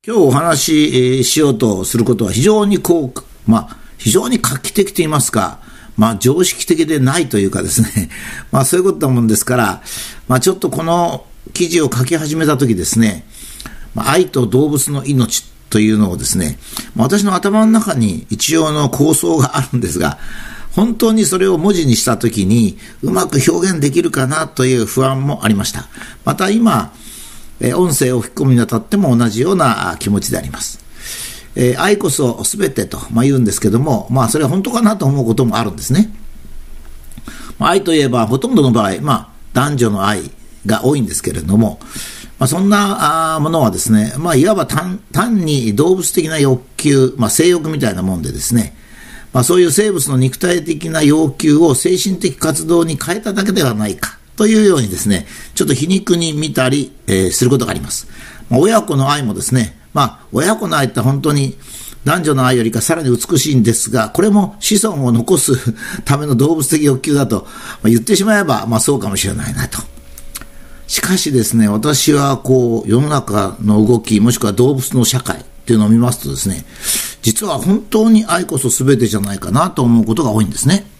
今日お話ししようとすることは非常に非常に画期的と言いますか、常識的でないというかですね、そういうことだもんですから、ちょっとこの記事を書き始めたときですね、愛と動物の命というのをですね、私の頭の中に一応の構想があるんですが、本当にそれを文字にしたときにうまく表現できるかなという不安もありました。また今音声を吹き込むにあたっても同じような気持ちであります。愛こそ全てと言うんですけども、それは本当かなと思うこともあるんですね。愛といえばほとんどの場合、男女の愛が多いんですけれども、そんなものはですね、いわば単に動物的な欲求、性欲みたいなもんでですね、そういう生物の肉体的な要求を精神的活動に変えただけではないかというようにですね、ちょっと皮肉に見たり、することがあります。親子の愛もですね、親子の愛って本当に男女の愛よりかさらに美しいんですが、これも子孫を残すための動物的欲求だと、言ってしまえば、そうかもしれないなと。しかしですね、私は世の中の動き、もしくは動物の社会っていうのを見ますとですね、実は本当に愛こそ全てじゃないかなと思うことが多いんですね。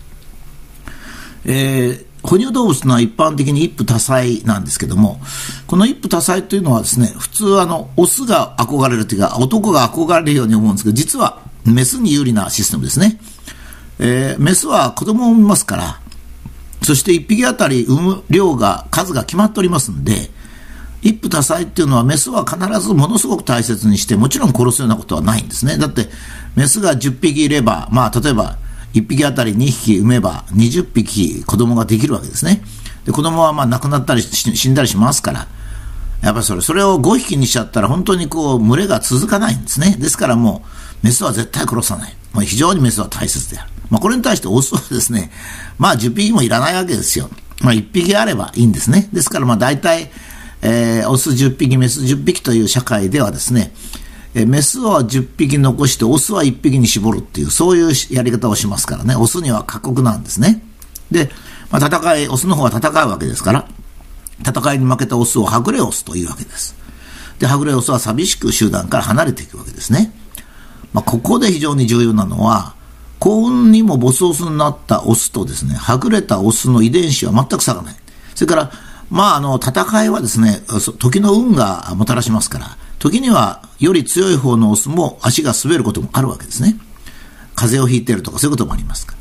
哺乳動物のは一般的に一夫多妻なんですけども、この一夫多妻というのはですね、普通オスが憧れるというか、男が憧れるように思うんですけど、実はメスに有利なシステムですね。メスは子供を産みますから、そして一匹あたり産む量が、数が決まっておりますんで、一夫多妻っていうのはメスは必ずものすごく大切にして、もちろん殺すようなことはないんですね。だってメスが10匹いれば、例えば1匹あたり2匹産めば20匹子供ができるわけですね。で子供は亡くなったり死んだりしますから、やっぱりそれを5匹にしちゃったら本当に群れが続かないんですね。ですからもうメスは絶対殺さない。非常にメスは大切である。これに対してオスはですね、10匹もいらないわけですよ。1匹あればいいんですね。ですから大体、オス10匹メス10匹という社会ではですね、メスは10匹残してオスは1匹に絞るっていう、そういうやり方をしますからね。オスには過酷なんですね。で、オスの方は戦うわけですから、戦いに負けたオスをはぐれオスというわけです。で、はぐれオスは寂しく集団から離れていくわけですね。ここで非常に重要なのは、幸運にもボスオスになったオスとですね、はぐれたオスの遺伝子は全く差がない。それから戦いはですね、時の運がもたらしますから、時にはより強い方のオスも足が滑ることもあるわけですね。風邪をひいているとかそういうこともありますから、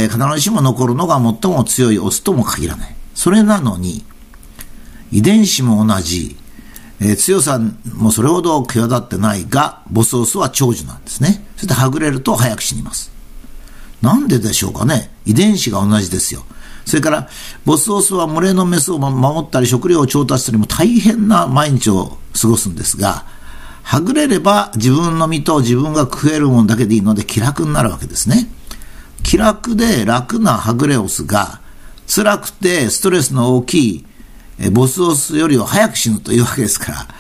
必ずしも残るのが最も強いオスとも限らない。それなのに遺伝子も同じ、強さもそれほど際立ってないが、ボスオスは長寿なんですね。そしてはぐれると早く死にます。なんででしょうかね。遺伝子が同じですよ。それからボスオスは群れのメスを守ったり食料を調達したりも大変な毎日を過ごすんですが、はぐれれば自分の身と自分が食えるものだけでいいので気楽になるわけですね。気楽で楽なはぐれオスが辛くてストレスの大きいボスオスよりは早く死ぬというわけですから、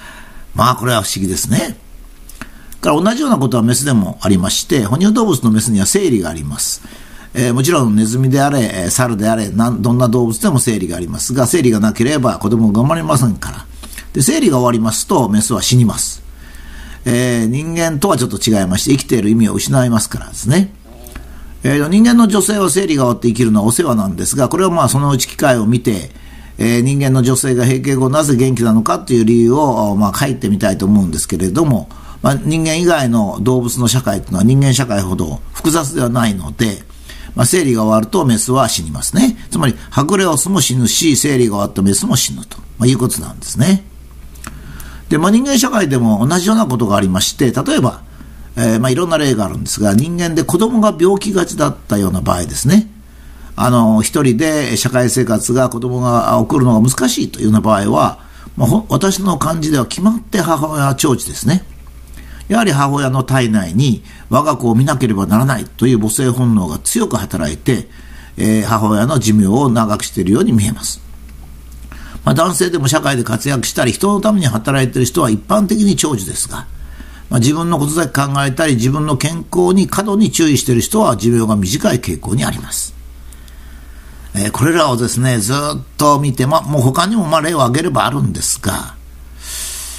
これは不思議ですね。から同じようなことはメスでもありまして、哺乳動物のメスには生理があります。もちろんネズミであれ猿であれどんな動物でも生理がありますが、生理がなければ子供が生まれませんから。で生理が終わりますとメスは死にます。人間とはちょっと違いまして、生きている意味を失いますからですね。人間の女性は生理が終わって生きるのはお世話なんですが、これはそのうち機会を見て、人間の女性が閉経後なぜ元気なのかという理由を書いてみたいと思うんですけれども、人間以外の動物の社会というのは人間社会ほど複雑ではないので、生理が終わるとメスは死にますね。つまりはぐれオスも死ぬし、生理が終わったメスも死ぬと、いうことなんですね。で、人間社会でも同じようなことがありまして、例えば、いろんな例があるんですが、人間で子供が病気がちだったような場合ですね、一人で社会生活が子供が送るのが難しいというような場合は、私の感じでは決まって母親は長寿ですね。やはり母親の体内に我が子を見なければならないという母性本能が強く働いて、母親の寿命を長くしているように見えます。男性でも社会で活躍したり人のために働いている人は一般的に長寿ですが、自分のことだけ考えたり自分の健康に過度に注意している人は寿命が短い傾向にあります。これらをですねずっと見て、もう他にも例を挙げればあるんですが、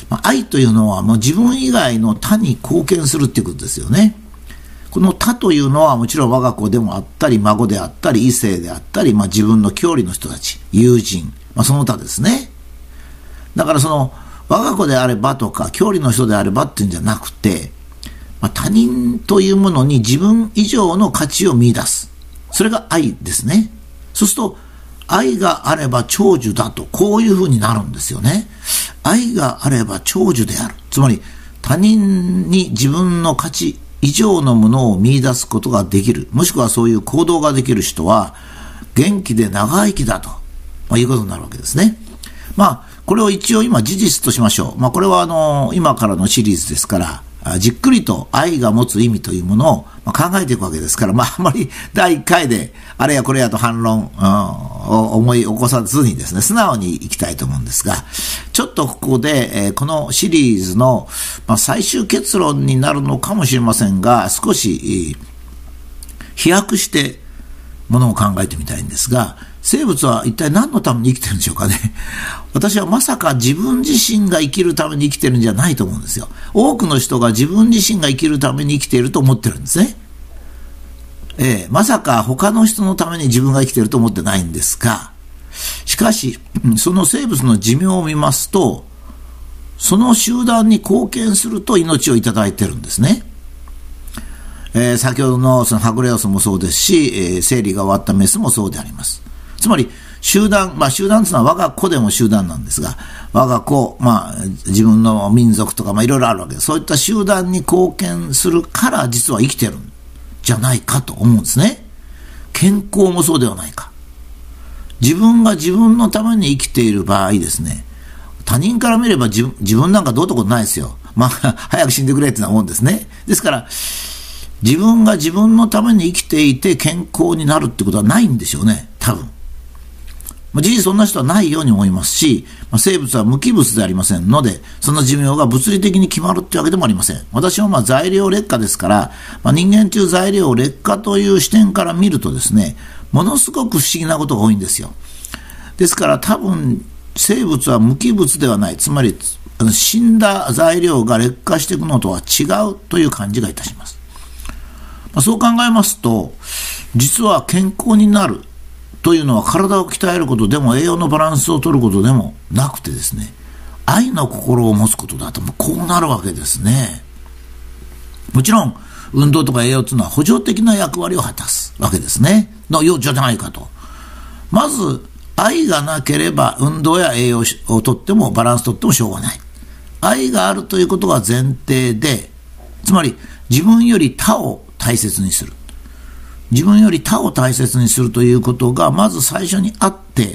愛というのはもう自分以外の他に貢献するっていうことですよね。この他というのはもちろん我が子でもあったり、孫であったり、異性であったり、自分の郷里の人たち、友人、その他ですね。だから我が子であればとか、郷里の人であればっていうんじゃなくて、他人というものに自分以上の価値を見出す。それが愛ですね。そうすると、愛があれば長寿だと、こういうふうになるんですよね。愛があれば長寿である。つまり、他人に自分の価値以上のものを見出すことができる。もしくはそういう行動ができる人は、元気で長生きだと、いうことになるわけですね。これを一応今事実としましょう。これは今からのシリーズですから、じっくりと愛が持つ意味というものを考えていくわけですから、あまり第1回であれやこれやと反論を思い起こさずにですね、素直にいきたいと思うんですが、ちょっとここでこのシリーズの最終結論になるのかもしれませんが、少し飛躍してものを考えてみたいんですが、生物は一体何のために生きてるんでしょうかね。私はまさか自分自身が生きるために生きてるんじゃないと思うんですよ。多くの人が自分自身が生きるために生きていると思ってるんですね。まさか他の人のために自分が生きていると思ってないんですが、しかしその生物の寿命を見ますと、その集団に貢献すると命をいただいてるんですね。先ほどのそのハグレオスもそうですし、生理が終わったメスもそうであります。つまり集団、集団というのは我が子でも集団なんですが、我が子、自分の民族とかいろいろあるわけです。そういった集団に貢献するから実は生きてるんじゃないかと思うんですね。健康もそうではないか。自分が自分のために生きている場合ですね、他人から見れば自分なんかどうってことないですよ。早く死んでくれってなもんですね。ですから自分が自分のために生きていて健康になるってことはないんでしょうね、多分。事実そんな人はないように思いますし、生物は無機物でありませんので、その寿命が物理的に決まるってわけでもありません。私は材料劣化ですから、人間中材料劣化という視点から見るとですね、ものすごく不思議なことが多いんですよ。ですから多分生物は無機物ではない、つまり死んだ材料が劣化していくのとは違うという感じがいたします。そう考えますと、実は健康になるというのは体を鍛えることでも栄養のバランスを取ることでもなくてですね、愛の心を持つことだと、こうなるわけですね。もちろん運動とか栄養というのは補助的な役割を果たすわけですね。のようじゃないかと。まず愛がなければ運動や栄養をとってもバランスとってもしょうがない。愛があるということが前提で、つまり自分より他を大切にする。自分より他を大切にするということがまず最初にあって、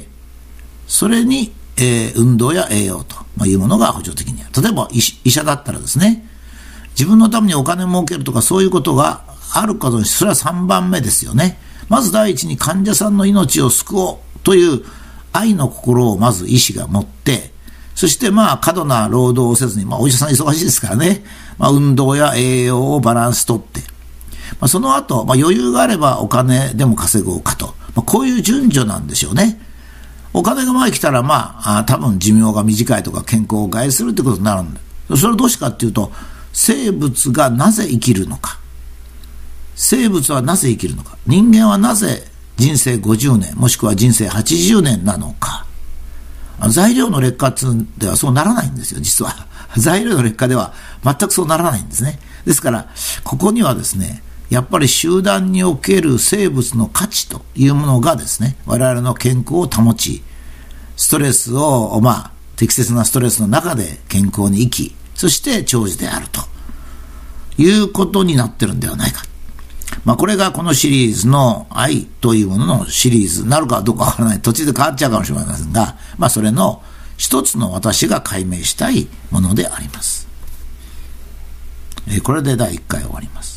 それに、運動や栄養というものが補助的にある。例えば医者だったらですね、自分のためにお金儲けるとかそういうことがあることに、それは3番目ですよね。まず第一に患者さんの命を救おうという愛の心をまず医師が持って、そして過度な労働をせずに、お医者さん忙しいですからね、運動や栄養をバランスとって、その後、余裕があればお金でも稼ごうかと、こういう順序なんでしょうね。お金が前来たら多分寿命が短いとか健康を害するということになるんだ。それはどうしてかっていうと、生物がなぜ生きるのか、生物はなぜ生きるのか、人間はなぜ人生50年もしくは人生80年なのか。材料の劣化ではそうならないんですよ、実は。材料の劣化では全くそうならないんですね。ですからここにはですね、やっぱり集団における生物の価値というものがですね、我々の健康を保ち、ストレスを適切なストレスの中で健康に生き、そして長寿であるということになってるんではないか。これがこのシリーズの愛というもののシリーズになるかどうかわからない。途中で変わっちゃうかもしれませんが、それの一つの私が解明したいものであります。これで第1回終わります。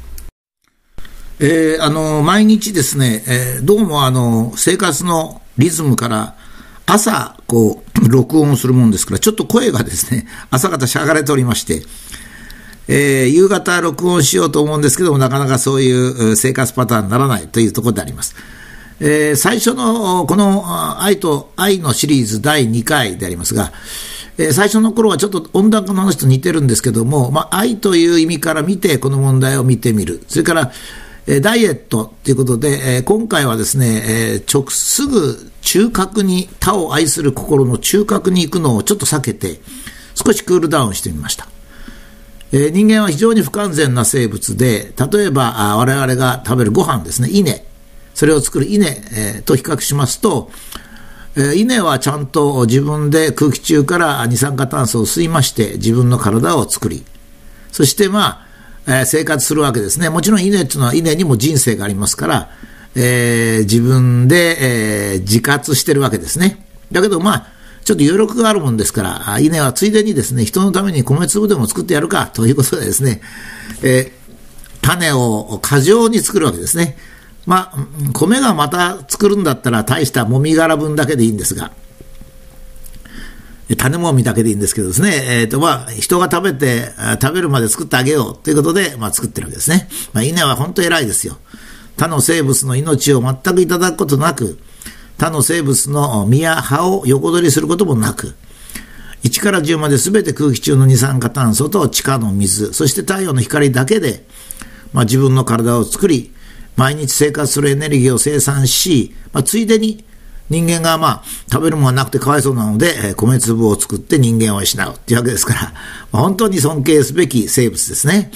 毎日ですね、どうも生活のリズムから朝録音するもんですから、ちょっと声がですね、朝方しゃがれておりまして、夕方録音しようと思うんですけども、なかなかそういう生活パターンにならないというところであります。最初のこの愛のシリーズ第2回でありますが、 最初の頃はちょっと温暖化の話と似てるんですけども、愛という意味から見てこの問題を見てみる。それからダイエットということで、今回はですね、すぐ中核に、他を愛する心の中核に行くのをちょっと避けて、少しクールダウンしてみました。人間は非常に不完全な生物で、例えば我々が食べるご飯ですね、稲、それを作る稲、と比較しますと、稲はちゃんと自分で空気中から二酸化炭素を吸いまして自分の体を作り、そして生活するわけですね。もちろん稲というのは稲にも人生がありますから、自分で、自活してるわけですね。だけどちょっと余力があるもんですから、稲はついでにですね、人のために米粒でも作ってやるかということでですね、種を過剰に作るわけですね。米がまた作るんだったら大したもみ殻分だけでいいんですが、種もみだけでいいんですけどですね、人が食べるまで作ってあげようということで、作ってるわけですね。稲は本当偉いですよ。他の生物の命を全くいただくことなく、他の生物の実や葉を横取りすることもなく、1から10まで全て空気中の二酸化炭素と地下の水、そして太陽の光だけで、自分の体を作り、毎日生活するエネルギーを生産し、ついでに人間が食べるものがなくてかわいそうなので、米粒を作って人間を養うというわけですから、本当に尊敬すべき生物ですね。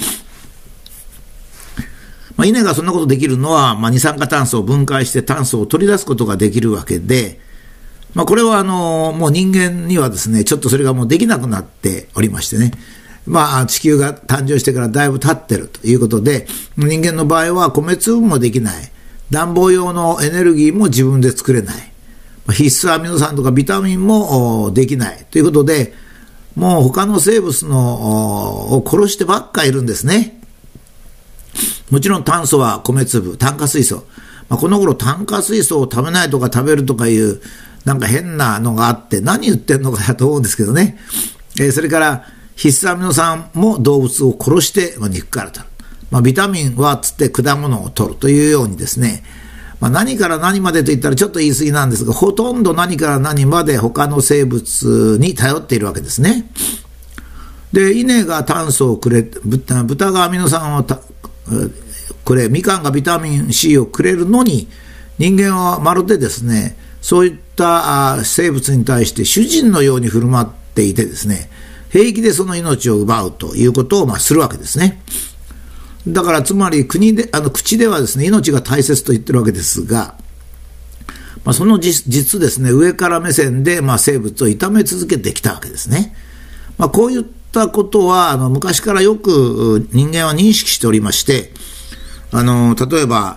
稲がそんなことできるのは、二酸化炭素を分解して炭素を取り出すことができるわけで、これはもう人間にはですね、ちょっとそれがもうできなくなっておりましてね、地球が誕生してからだいぶ経ってるということで、人間の場合は米粒もできない、暖房用のエネルギーも自分で作れない、必須アミノ酸とかビタミンもできないということで、もう他の生物を殺してばっかいるんですね。もちろん炭素は米粒、炭化水素、この頃炭化水素を食べないとか食べるとかいうなんか変なのがあって、何言ってんのかなと思うんですけどね。それから必須アミノ酸も動物を殺して肉から取る、ビタミンはつって果物を取るというようにですね、何から何までと言ったらちょっと言い過ぎなんですが、ほとんど何から何まで他の生物に頼っているわけですね。で、稲が炭素をくれ、豚がアミノ酸をくれ、みかんがビタミン C をくれるのに、人間はまるでですね、そういった生物に対して主人のように振る舞っていてですね、平気でその命を奪うということをするわけですね。だからつまり口ではですね、命が大切と言ってるわけですが、その実ですね、上から目線で生物を傷め続けてきたわけですね。こういったことは昔からよく人間は認識しておりまして、例えば、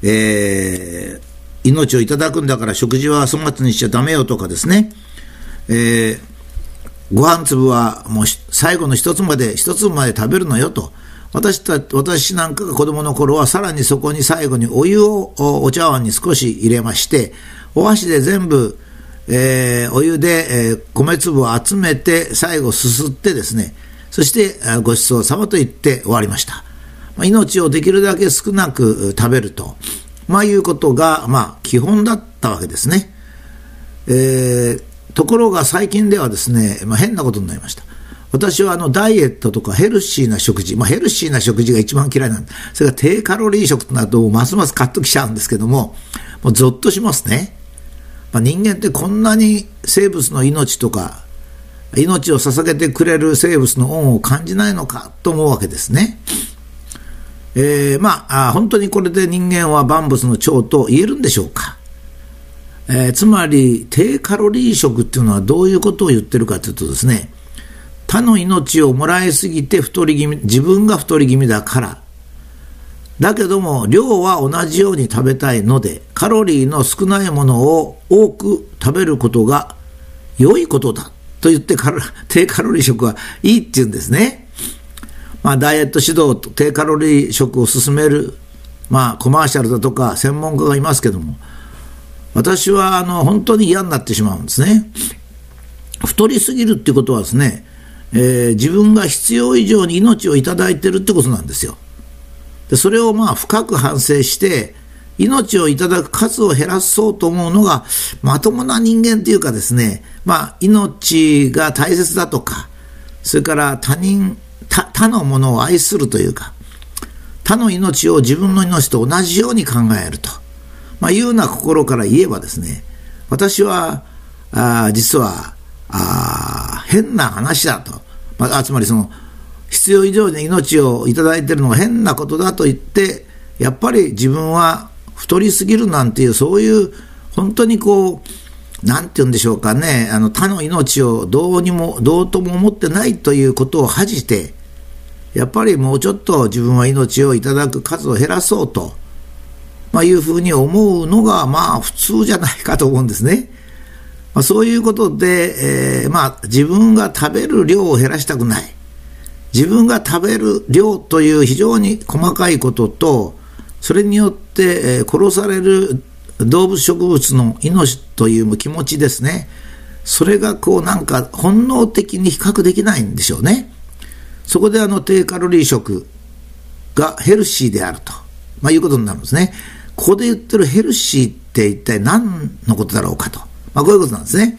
命をいただくんだから食事は粗末にしちゃダメよとかですね、ご飯粒はもう最後の一粒まで食べるのよと。私なんかが子供の頃はさらにそこに最後にお湯をお茶碗に少し入れまして、お箸で全部、お湯で、米粒を集めて最後すすってですね、そしてごちそうさまと言って終わりました。命をできるだけ少なく食べると、いうことが基本だったわけですね。ところが最近ではですね、変なことになりました。私はダイエットとかヘルシーな食事、ヘルシーな食事が一番嫌いなんです。それが低カロリー食となるとますますカッときちゃうんですけども、もうゾッとしますね。人間ってこんなに生物の命とか命を捧げてくれる生物の恩を感じないのかと思うわけですね。本当にこれで人間は万物の長と言えるんでしょうか。つまり低カロリー食っていうのはどういうことを言ってるかというとですね、他の命をもらいすぎて自分が太り気味だから、だけども量は同じように食べたいので、カロリーの少ないものを多く食べることが良いことだと言って低カロリー食はいいって言うんですね。ダイエット指導と低カロリー食を進める、コマーシャルだとか専門家がいますけども、私は本当に嫌になってしまうんですね。太りすぎるっていうことはですね、自分が必要以上に命をいただいているってことなんですよ。でそれを深く反省して、 命をいただく数を減らそうと思うのがまともな人間というかですね、命が大切だとか、それから他のものを愛するというか、他の命を自分の命と同じように考えると、いうような心から言えばですね、私は実は変な話だと、つまりその必要以上に命をいただいているのが変なことだと言って、やっぱり自分は太りすぎるなんていう、そういう本当になんて言うんでしょうかね、他の命をどうとも思ってないということを恥じて、やっぱりもうちょっと自分は命をいただく数を減らそうと、いうふうに思うのが普通じゃないかと思うんですね。そういうことで、自分が食べる量を減らしたくない。自分が食べる量という非常に細かいことと、それによって、殺される動物植物の命という気持ちですね。それがなんか本能的に比較できないんでしょうね。そこで低カロリー食がヘルシーであると、いうことになるんですね。ここで言ってるヘルシーって一体何のことだろうかと、こういうことなんですね。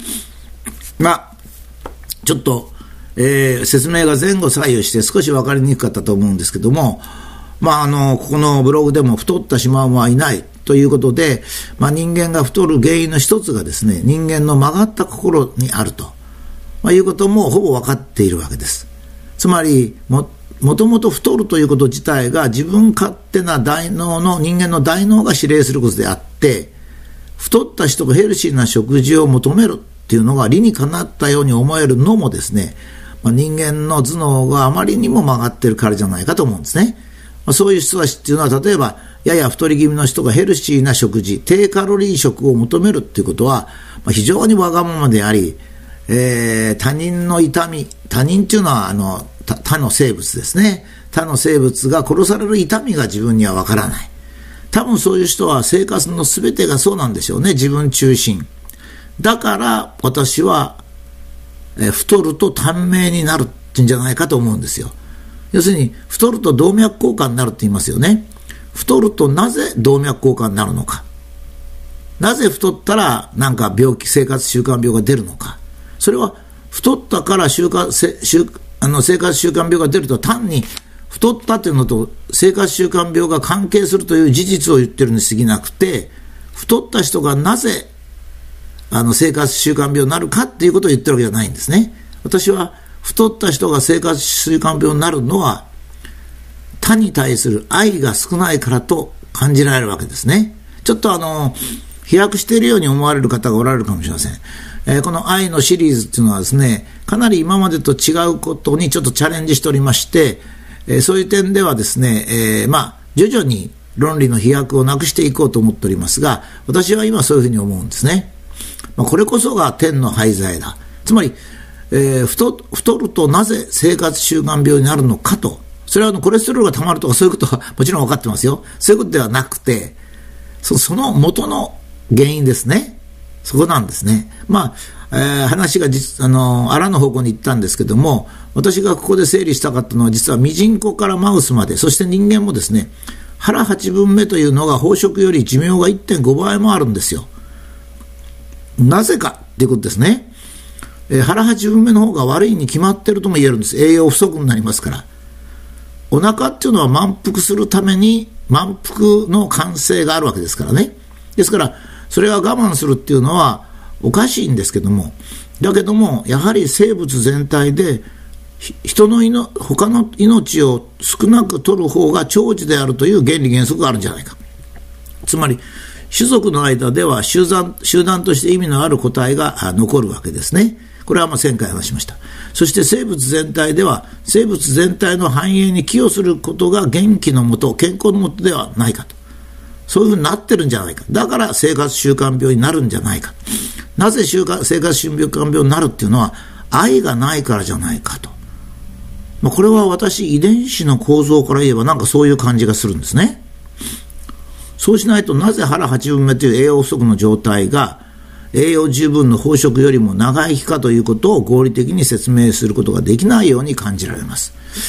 ちょっと、説明が前後左右して少し分かりにくかったと思うんですけども、ここのブログでも太ったシマウマはいないということで、人間が太る原因の一つがですね、人間の曲がった心にあると、いうこともほぼ分かっているわけです。つまりもともと太るということ自体が自分勝手な人間の大脳が指令することであって、太った人がヘルシーな食事を求めるっていうのが理にかなったように思えるのもですね、人間の頭脳があまりにも曲がっているからじゃないかと思うんですね。そういう人たちっていうのは、例えばやや太り気味の人がヘルシーな食事、低カロリー食を求めるっていうことは、非常にわがままであり、他人の痛み、他人っていうのは他の生物ですね。他の生物が殺される痛みが自分にはわからない。多分そういう人は生活の全てがそうなんでしょうね。自分中心。だから私は太ると短命になるっていうんじゃないかと思うんですよ。要するに太ると動脈硬化になるって言いますよね。太るとなぜ動脈硬化になるのか。なぜ太ったらなんか生活習慣病が出るのか。それは太ったから生活習慣病が出ると単に太ったというのと生活習慣病が関係するという事実を言ってるに過ぎなくて、太った人がなぜ生活習慣病になるかっていうことを言ってるわけじゃないんですね。私は太った人が生活習慣病になるのは他に対する愛が少ないからと感じられるわけですね。ちょっと飛躍しているように思われる方がおられるかもしれません。この愛のシリーズっていうのはですね、かなり今までと違うことにちょっとチャレンジしておりまして、そういう点ではですね、徐々に論理の飛躍をなくしていこうと思っておりますが、私は今そういうふうに思うんですね。これこそが天の廃材だ。つまり、太るとなぜ生活習慣病になるのかと。それはコレステロールがたまるとかそういうことはもちろん分かってますよ。そういうことではなくて、その元の原因ですね。そこなんですね。話があらぬ方向に行ったんですけども、私がここで整理したかったのは、実はミジンコからマウスまで、そして人間もですね、腹8分目というのが飽食より寿命が 1.5 倍もあるんですよ。なぜかっていうことですね。腹8分目の方が悪いに決まってるとも言えるんです。栄養不足になりますから。お腹っていうのは満腹するために満腹の慣性があるわけですからね。ですからそれは我慢するっていうのはおかしいんですけども、だけどもやはり生物全体で他の命を少なく取る方が長寿であるという原理原則があるんじゃないか。つまり種族の間では集団として意味のある個体が残るわけですね。これは前回話しました。そして生物全体では生物全体の繁栄に寄与することが元気のもと、健康のもとではないかと。そういうふうになってるんじゃないか。だから生活習慣病になるんじゃないか。なぜ生活習慣病になるっていうのは愛がないからじゃないかと。これは私遺伝子の構造から言えばなんかそういう感じがするんですね。そうしないとなぜ腹8分目という栄養不足の状態が栄養十分の飽食よりも長生きかということを合理的に説明することができないように感じられます。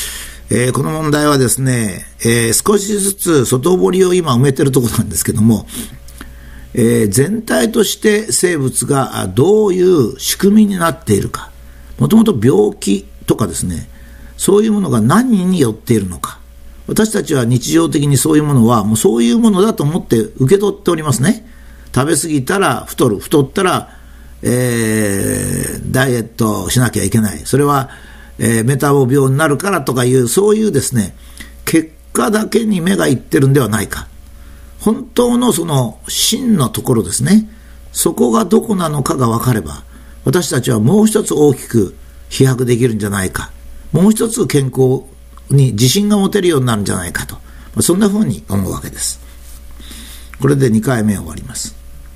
この問題はですね、少しずつ外堀を今埋めてるところなんですけども、全体として生物がどういう仕組みになっているか、もともと病気とかですね、そういうものが何によっているのか、私たちは日常的にそういうものはもうそういうものだと思って受け取っておりますね。食べ過ぎたら太る、太ったら、ダイエットしなきゃいけない、それは、メタボ病になるからとかいう、そういうですね、結果だけに目がいってるんではないか。本当のその真のところですね、そこがどこなのかが分かれば、私たちはもう一つ大きく飛躍できるんじゃないか、もう一つ健康に自信が持てるようになるんじゃないかと、そんなふうに思うわけです。これで2回目終わります。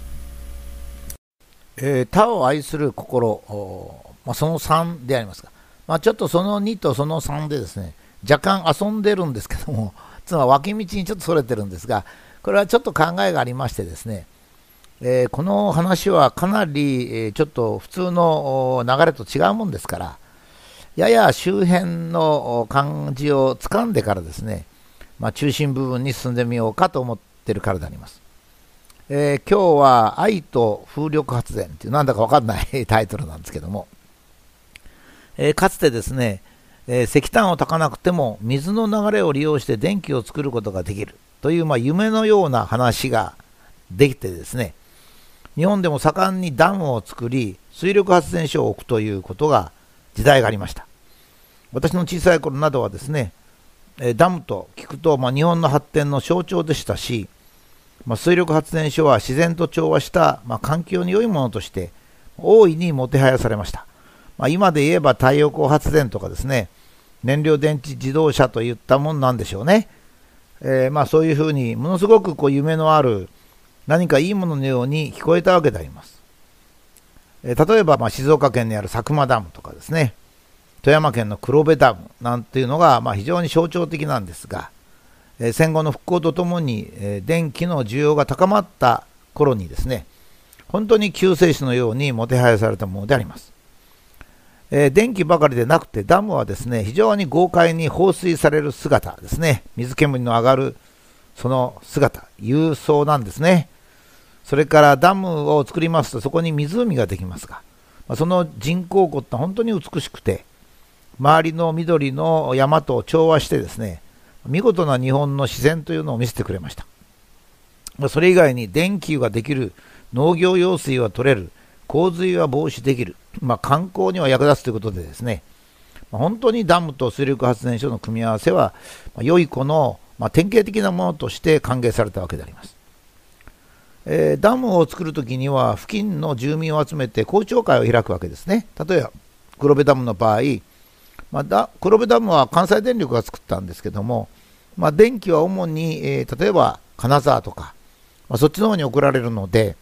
他を愛する心、その3でありますが、ちょっとその2とその3でですね、若干遊んでるんですけども、つまり脇道にちょっとそれてるんですが、これはちょっと考えがありましてですね、この話はかなり、ちょっと普通の流れと違うもんですから、やや周辺の感じをつかんでからですね、中心部分に進んでみようかと思っているからであります。今日は愛と風力発電というなんだか分かんないタイトルなんですけども、かつてですね、石炭を焚かなくても水の流れを利用して電気を作ることができるという、夢のような話ができてですね、日本でも盛んにダムを作り水力発電所を置くということが時代がありました。私の小さい頃などはですね、ダムと聞くと、日本の発展の象徴でしたし、水力発電所は自然と調和した、環境に良いものとして大いにもてはやされました。今で言えば太陽光発電とかですね、燃料電池自動車といったもんなんでしょうね。そういうふうにものすごく夢のある何かいいもののように聞こえたわけであります。例えば、静岡県にある佐久間ダムとかですね、富山県の黒部ダムなんていうのが、非常に象徴的なんですが、戦後の復興とともに、電気の需要が高まった頃にですね、本当に救世主のようにもてはやされたものであります。電気ばかりでなくてダムはですね、非常に豪快に放水される姿ですね、水煙の上がるその姿、勇壮なんですね。それからダムを作りますとそこに湖ができますが、その人工湖って本当に美しくて、周りの緑の山と調和してですね、見事な日本の自然というのを見せてくれました。それ以外に電気ができる、農業用水は取れる、洪水は防止できる、観光には役立つということでですね、本当にダムと水力発電所の組み合わせは、良い子の、典型的なものとして歓迎されたわけであります。ダムを作るときには付近の住民を集めて公聴会を開くわけですね。例えば黒部ダムの場合、黒部ダムは関西電力が作ったんですけども、電気は主に、例えば金沢とか、そっちの方に送られるので、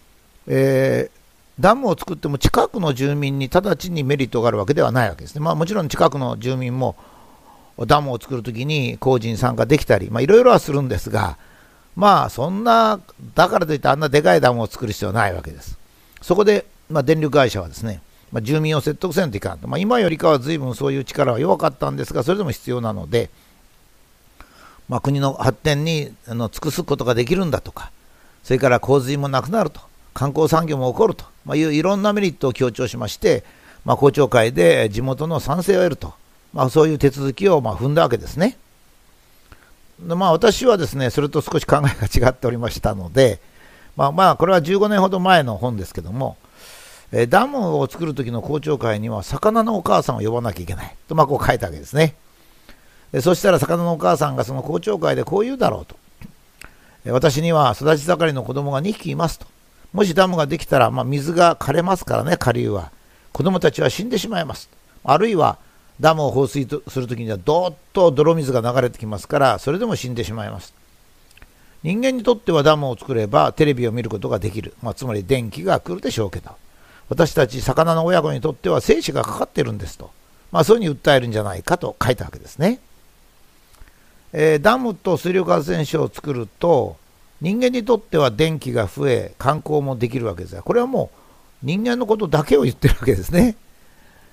ダムを作っても近くの住民に直ちにメリットがあるわけではないわけですね。もちろん近くの住民もダムを作るときに工事に参加できたり、いろいろはするんですが、そんな、だからといってあんなでかいダムを作る必要はないわけです。そこで、電力会社はですね、住民を説得せんといかんと、今よりかは随分そういう力は弱かったんですが、それでも必要なので、国の発展に尽くすことができるんだとか、それから洪水もなくなると、観光産業も起こると、いろんなメリットを強調しまして、公聴会で地元の賛成を得ると、そういう手続きを踏んだわけですね。私はですね、それと少し考えが違っておりましたので、これは15年ほど前の本ですけども、ダムを作る時の公聴会には魚のお母さんを呼ばなきゃいけないと、こう書いたわけですね。そしたら魚のお母さんがその公聴会でこう言うだろうと。私には育ち盛りの子供が2匹いますと。もしダムができたら、水が枯れますからね、下流は。子供たちは死んでしまいます。あるいはダムを放水するときにはどーっと泥水が流れてきますから、それでも死んでしまいます。人間にとってはダムを作ればテレビを見ることができる。つまり電気が来るでしょうけど、私たち魚の親子にとっては生死がかかっているんですと。そういうふうに訴えるんじゃないかと書いたわけですね。ダムと水力発電所を作ると、人間にとっては電気が増え、観光もできるわけですが、これはもう人間のことだけを言ってるわけですね。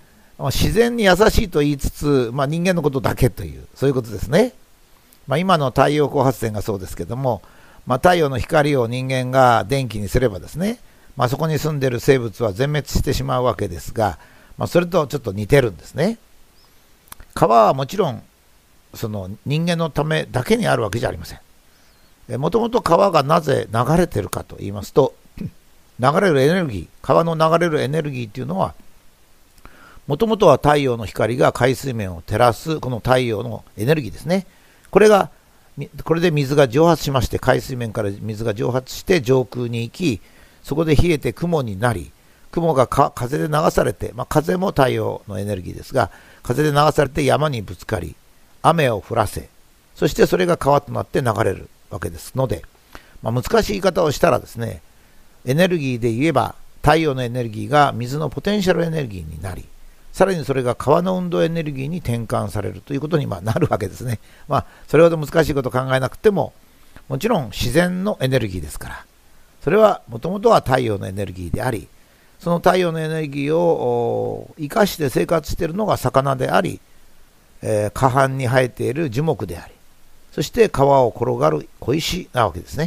自然に優しいと言いつつ、人間のことだけという、そういうことですね。今の太陽光発電がそうですけども、太陽の光を人間が電気にすればですね、そこに住んでいる生物は全滅してしまうわけですが、それとちょっと似てるんですね。川はもちろんその人間のためだけにあるわけじゃありません。もともと川がなぜ流れてるかと言いますと、流れるエネルギー、川の流れるエネルギーというのは、もともとは太陽の光が海水面を照らすこの太陽のエネルギーですね。これで水が蒸発しまして、海水面から水が蒸発して上空に行き、そこで冷えて雲になり、雲が風で流されて、風も太陽のエネルギーですが、風で流されて山にぶつかり、雨を降らせ、そしてそれが川となって流れるわけですので、難しい言い方をしたらですね、エネルギーで言えば太陽のエネルギーが水のポテンシャルエネルギーになり、さらにそれが川の運動エネルギーに転換されるということになるわけですね。それほど難しいことを考えなくても、もちろん自然のエネルギーですから、それはもともとは太陽のエネルギーであり、その太陽のエネルギーを生かして生活しているのが魚であり、河畔に生えている樹木であり、そして川を転がる小石なわけですね。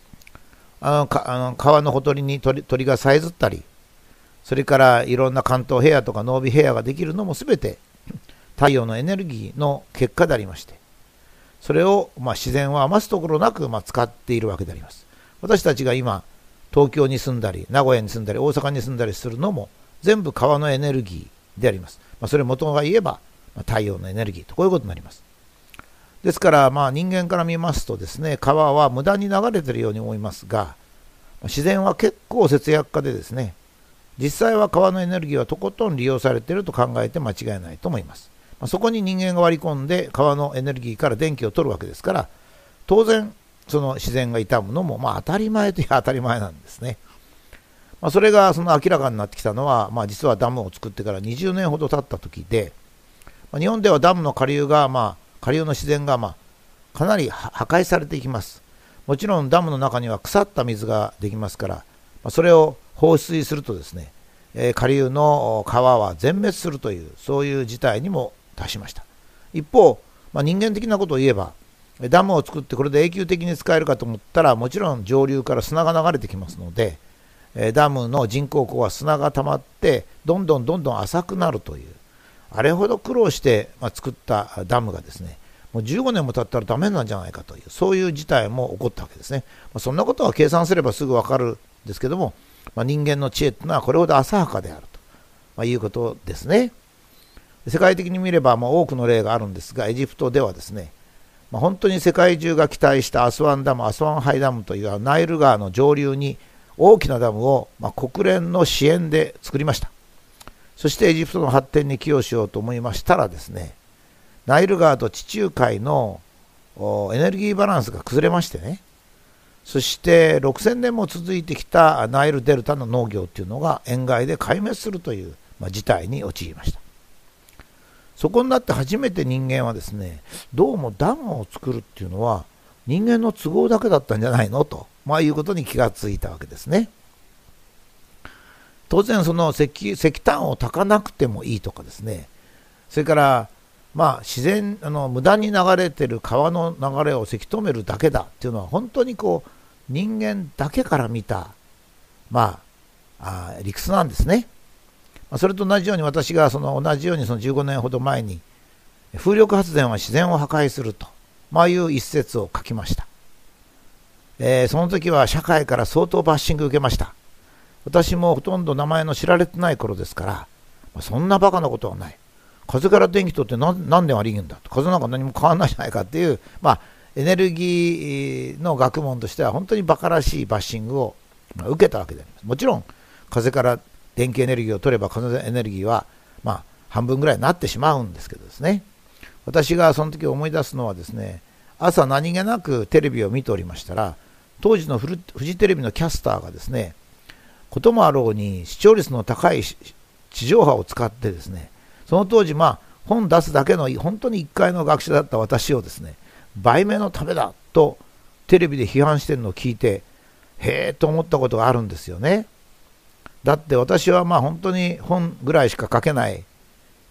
川のほとりに鳥がさえずったり、それからいろんな関東平野とか濃尾平野ができるのもすべて太陽のエネルギーの結果でありまして、それを自然は余すところなく使っているわけであります。私たちが今東京に住んだり名古屋に住んだり大阪に住んだりするのも全部川のエネルギーであります。それ元が言えば太陽のエネルギーとこういうことになります。ですから人間から見ますとですね、川は無駄に流れているように思いますが、自然は結構節約家でですね、実際は川のエネルギーはとことん利用されていると考えて間違いないと思います。そこに人間が割り込んで川のエネルギーから電気を取るわけですから、当然その自然が傷むのも当たり前といえば当たり前なんですね。それが明らかになってきたのは、実はダムを作ってから20年ほど経った時で、日本ではダムの下流の自然がかなり破壊されていきます。もちろんダムの中には腐った水ができますから、それを放水するとですね、下流の川は全滅するという、そういう事態にも達しました。一方、人間的なことを言えば、ダムを作ってこれで永久的に使えるかと思ったら、もちろん上流から砂が流れてきますので、ダムの人工湖は砂が溜まってどんどん浅くなるという、あれほど苦労して作ったダムがですね、もう15年も経ったらダメなんじゃないかという、そういう事態も起こったわけですね。そんなことは計算すればすぐ分かるんですけども、人間の知恵というのはこれほど浅はかであると、いうことですね。世界的に見れば多くの例があるんですが、エジプトではですね、本当に世界中が期待したアスワンダム、アスワンハイダムというナイル川の上流に大きなダムを国連の支援で作りました。そしてエジプトの発展に寄与しようと思いましたらですね、ナイル川と地中海のエネルギーバランスが崩れましてね、そして6000年も続いてきたナイルデルタの農業というのが塩害で壊滅するという、事態に陥りました。そこになって初めて人間はですね、どうもダムを作るっていうのは人間の都合だけだったんじゃないのと、いうことに気がついたわけですね。当然その石炭を焚かなくてもいいとかですね、それから自然無駄に流れている川の流れをせき止めるだけだっていうのは本当に人間だけから見た理屈なんですね。それと同じように私が同じように15年ほど前に風力発電は自然を破壊すると、いう一節を書きました。その時は社会から相当バッシング受けました。私もほとんど名前の知られてない頃ですから、そんなバカなことはない。風から電気取って何で悪いんだと、風なんか何も変わらないじゃないかっていう、エネルギーの学問としては本当にバカらしいバッシングを受けたわけであります。もちろん風から電気エネルギーを取れば風エネルギーは半分ぐらいになってしまうんですけどですね、私がその時思い出すのはですね、朝何気なくテレビを見ておりましたら、当時のフジテレビのキャスターがですね、こともあろうに視聴率の高い地上波を使ってですね、その当時本出すだけの本当に一回の学者だった私をですね、売名のためだとテレビで批判してるのを聞いて、へーと思ったことがあるんですよね。だって私は本当に本ぐらいしか書けない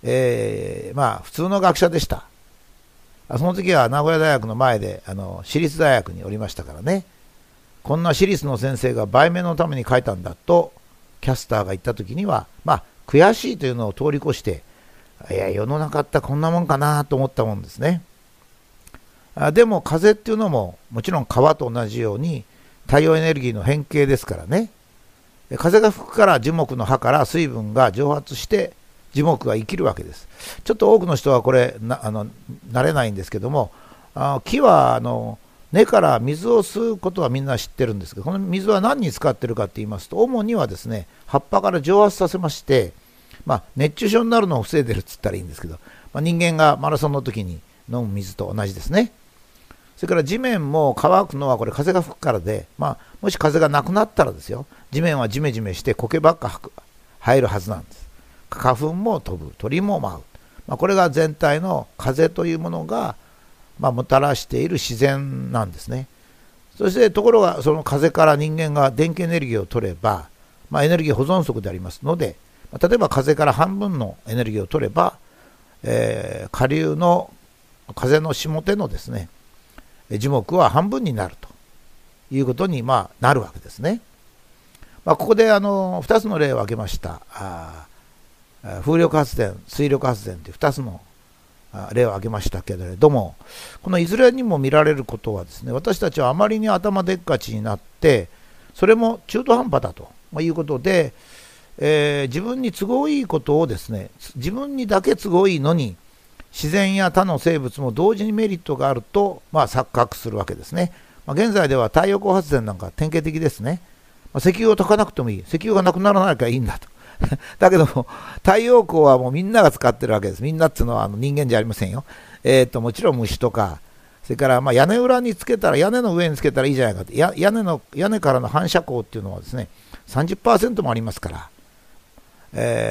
普通の学者でした。その時は名古屋大学の前で私立大学におりましたからね。こんな私立の先生が売名のために書いたんだとキャスターが言った時には、悔しいというのを通り越して、いや世の中ってこんなもんかなと思ったもんですね。でも風っていうのももちろん川と同じように太陽エネルギーの変形ですからね。風が吹くから樹木の葉から水分が蒸発して樹木が生きるわけです。ちょっと多くの人はこれ慣れないんですけども、木は根から水を吸うことはみんな知ってるんですけど、この水は何に使ってるかって言いますと、主にはですね、葉っぱから蒸発させまして、熱中症になるのを防いでるっつったらいいんですけど、人間がマラソンの時に飲む水と同じですね。それから地面も乾くのはこれ風が吹くからで、もし風がなくなったらですよ、地面はジメジメして苔ばっか生えるはずなんです。花粉も飛ぶ、鳥も舞う、これが全体の風というものが、もたらしている自然なんですね。そしてところがその風から人間が電気エネルギーを取れば、エネルギー保存則でありますので、例えば風から半分のエネルギーを取れば、下流の風の下手のですね樹木は半分になるということになるわけですね。ここで2つの例を挙げました。風力発電、水力発電という2つの例を挙げましたけれども、このいずれにも見られることはですね、私たちはあまりに頭でっかちになって、それも中途半端だということで、自分に都合いいことをですね、自分にだけ都合いいのに自然や他の生物も同時にメリットがあると、錯覚するわけですね。現在では太陽光発電なんか典型的ですね。石油を焚かなくてもいい、石油がなくならないからいいんだとだけども太陽光はもうみんなが使ってるわけです。みんなっていうのは人間じゃありませんよ。もちろん虫とか、それから屋根裏につけたら、屋根の上につけたらいいじゃないかって、屋根からの反射光っていうのはですね 30% もありますから、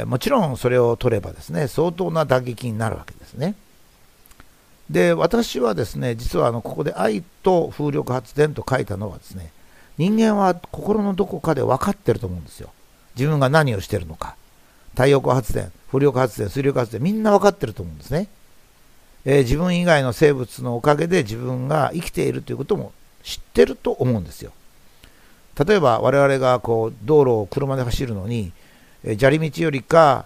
もちろんそれを取ればですね相当な打撃になるわけですね。で、私はですね、実はここで愛と風力発電と書いたのはですね、人間は心のどこかで分かってると思うんですよ。自分が何をしてるのか。太陽光発電、風力発電、水力発電、みんな分かってると思うんですね。自分以外の生物のおかげで自分が生きているということも知ってると思うんですよ。例えば我々が道路を車で走るのに、砂利道よりか、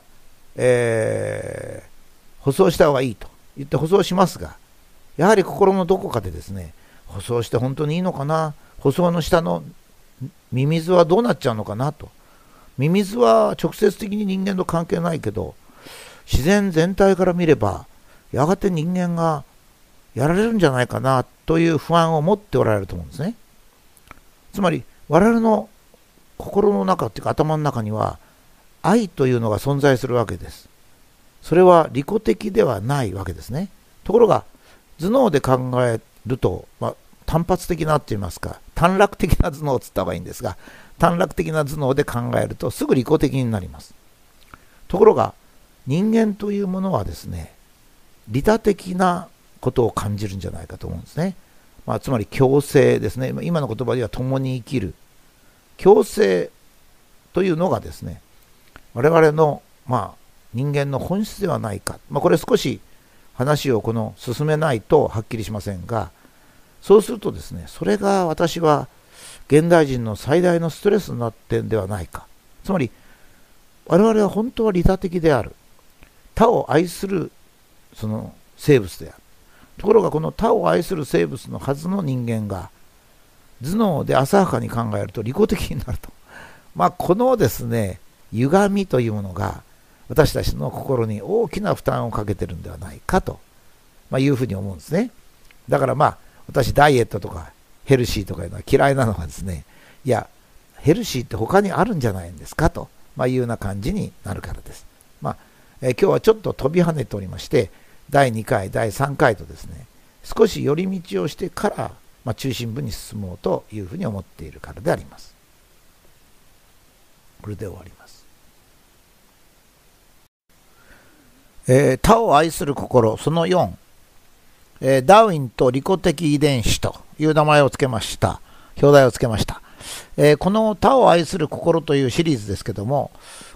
舗装した方がいいと言って舗装しますが、やはり心のどこかでですね、舗装して本当にいいのかな、舗装の下のミミズはどうなっちゃうのかなと。ミミズは直接的に人間と関係ないけど、自然全体から見ればやがて人間がやられるんじゃないかなという不安を持っておられると思うんですね。つまり我々の心の中というか頭の中には愛というのが存在するわけです。それは利己的ではないわけですね。ところが頭脳で考えると、単発的なと言いますか、短絡的な頭脳をつった方がいいんですが、短絡的な頭脳で考えるとすぐ利己的になります。ところが人間というものはですね、利他的なことを感じるんじゃないかと思うんですね。つまり共生ですね。今の言葉では共に生きる。共生というのがですね、我々の人間の本質ではないか。これ少し話を進めないとはっきりしませんが、そうするとですね、それが私は現代人の最大のストレスになってんではないか。つまり我々は本当は利他的である。他を愛するその生物である。ところがこの他を愛する生物のはずの人間が頭脳で浅はかに考えると利己的になると。このですね、歪みというものが私たちの心に大きな負担をかけてるんではないかと、いうふうに思うんですね。だから私ダイエットとかヘルシーとかいうのは嫌いなのはですね、いやヘルシーって他にあるんじゃないんですかと、いうような感じになるからです。今日はちょっと飛び跳ねておりまして、第2回第3回とですね、少し寄り道をしてから、中心部に進もうというふうに思っているからであります。これで終わります。他を愛する心その4、ダーウィンと利己的遺伝子という名前をつけました。表題をつけました。この他を愛する心というシリーズですけども、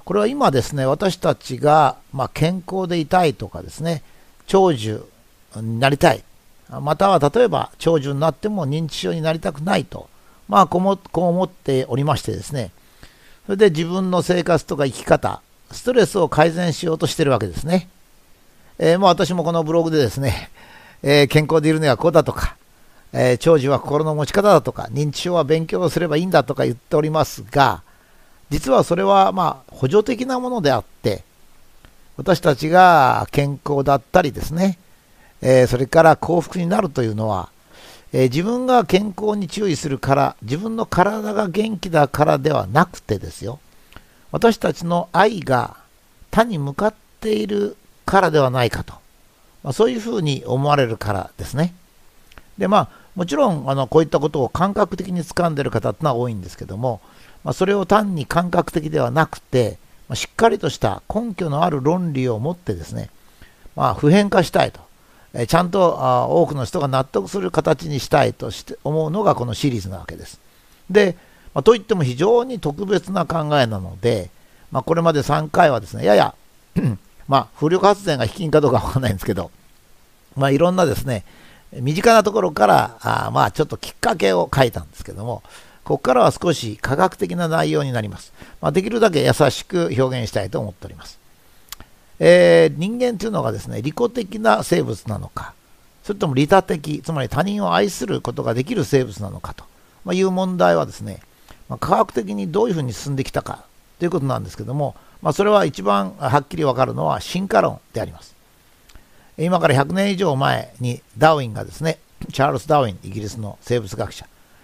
これは今ですね、私たちが、健康でいたいとかですね、長寿になりたい、または例えば長寿になっても認知症になりたくないと、こう思っておりましてですね、それで自分の生活とか生き方、ストレスを改善しようとしているわけですね。私もこのブログでですね、健康でいるにはこうだとか、長寿は心の持ち方だとか、認知症は勉強をすればいいんだとか言っておりますが、実はそれは補助的なものであって、私たちが健康だったりですね、それから幸福になるというのは、自分が健康に注意するから、自分の体が元気だからではなくてですよ、私たちの愛が他に向かっているからではないかと、そういうふうに思われるからですね。でもちろんこういったことを感覚的に掴んでいる方ってのは多いんですけども、それを単に感覚的ではなくて、しっかりとした根拠のある論理を持ってですね、普遍化したいと、ちゃんと多くの人が納得する形にしたいと思うのがこのシリーズなわけです。で、といっても非常に特別な考えなので、これまで3回はですね、やや風力発電が引きかどうかわからないんですけど、いろんなですね、身近なところからちょっときっかけを書いたんですけども、ここからは少し科学的な内容になります。できるだけ優しく表現したいと思っております。人間というのがですね、利己的な生物なのか、それとも利他的、つまり他人を愛することができる生物なのかという問題はですね、科学的にどういうふうに進んできたかということなんですけども、それは一番はっきりわかるのは進化論であります。今から100年以上前にダーウィンがですね、チャールズ・ダーウィン、イギリスの生物学者、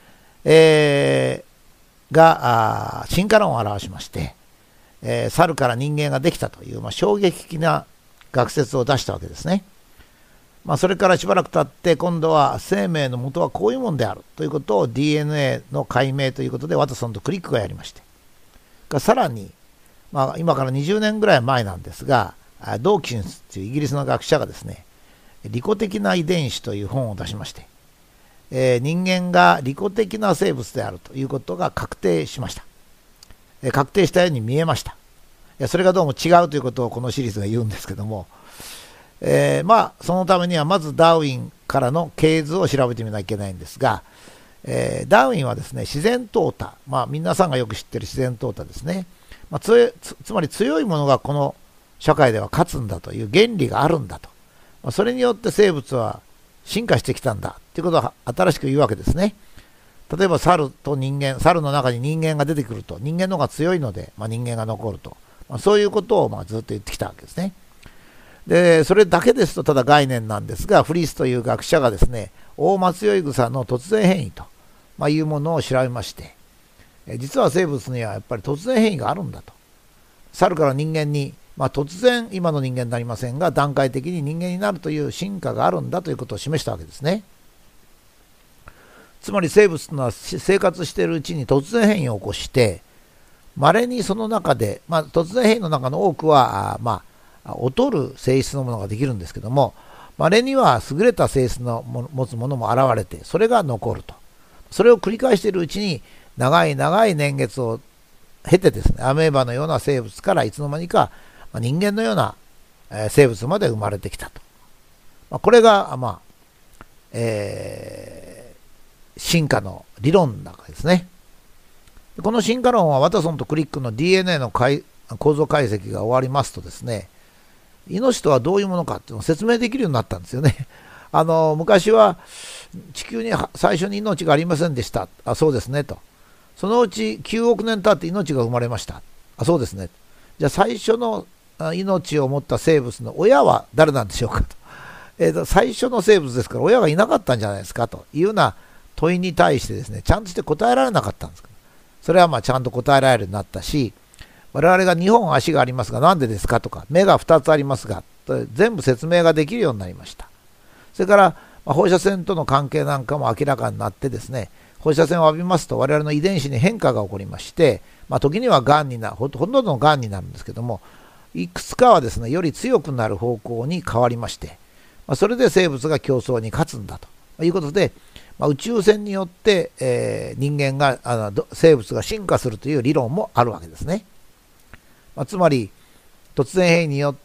が進化論を表しまして、猿から人間ができたという、衝撃的な学説を出したわけですね。それからしばらく経って今度は生命の元はこういうものであるということを DNA の解明ということでワトソンとクリックがやりまして、さらに、今から20年ぐらい前なんですが、ドーキンスというイギリスの学者がですね、利己的な遺伝子という本を出しまして、人間が利己的な生物であるということが確定しました。確定したように見えました。それがどうも違うということをこのシリーズが言うんですけども、そのためにはまずダーウィンからの系図を調べてみなきゃいけないんですが、ダーウィンはですね、自然淘汰、皆さんがよく知っている自然淘汰ですね、つまり強いものがこの社会では勝つんだという原理があるんだと、それによって生物は進化してきたんだということを新しく言うわけですね。例えば猿と人間、猿の中に人間が出てくると人間の方が強いので、人間が残ると、そういうことをずっと言ってきたわけですね。でそれだけですとただ概念なんですが、フリースという学者がですね、オオマツヨイグサの突然変異と、いうものを調べまして、実は生物にはやっぱり突然変異があるんだと。猿から人間に、突然今の人間になりませんが段階的に人間になるという進化があるんだということを示したわけですね。つまり生物というのは生活しているうちに突然変異を起こして、稀にその中で、突然変異の中の多くは劣る性質のものができるんですけども、稀には優れた性質の持つものも現れて、それが残ると。それを繰り返しているうちに長い長い年月を経てですね、アメーバのような生物からいつの間にか人間のような生物まで生まれてきたと。これが進化の理論なわけですね。この進化論はワトソンとクリックの DNA の構造解析が終わりますとですね、命とはどういうものかっていうのを説明できるようになったんですよね。昔は地球に最初に命がありませんでした。そうですねと。そのうち9億年経って命が生まれました。そうですね。じゃあ最初の命を持った生物の親は誰なんでしょうかと。最初の生物ですから親がいなかったんじゃないですかというような問いに対してですね、ちゃんとして答えられなかったんです。それはちゃんと答えられるようになったし、我々が2本足がありますがなんでですかとか、目が2つありますが全部説明ができるようになりました。それから放射線との関係なんかも明らかになってですね、放射線を浴びますと我々の遺伝子に変化が起こりまして、時にはがんになる、ほとんどのがんになるんですけども、いくつかはですねより強くなる方向に変わりまして、それで生物が競争に勝つんだということで、宇宙船によって、人間が生物が進化するという理論もあるわけですね。 つまり突然変異によって、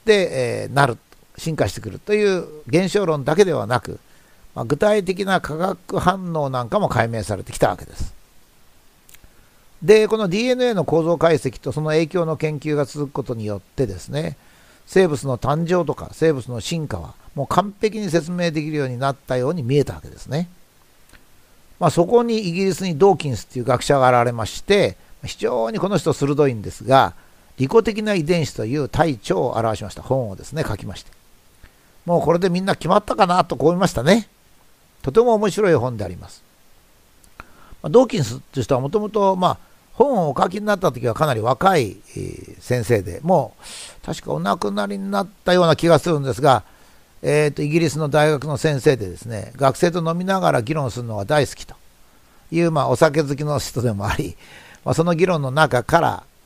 進化してくるという現象論だけではなく、具体的な化学反応なんかも解明されてきたわけです。で、この DNA の構造解析とその影響の研究が続くことによってですね、生物の誕生とか生物の進化はもう完璧に説明できるようになったように見えたわけですね。そこにイギリスにドーキンスという学者が現れまして、非常にこの人鋭いんですが、利己的な遺伝子という体長を表しました本をですね、書きまして。もうこれでみんな決まったかなと思いましたね。とても面白い本であります。ドーキンスという人はもともと本をお書きになった時はかなり若い先生で、もう確かお亡くなりになったような気がするんですが、イギリスの大学の先生でですね、学生と飲みながら議論するのが大好きという、お酒好きの人でもあり、その議論の中から、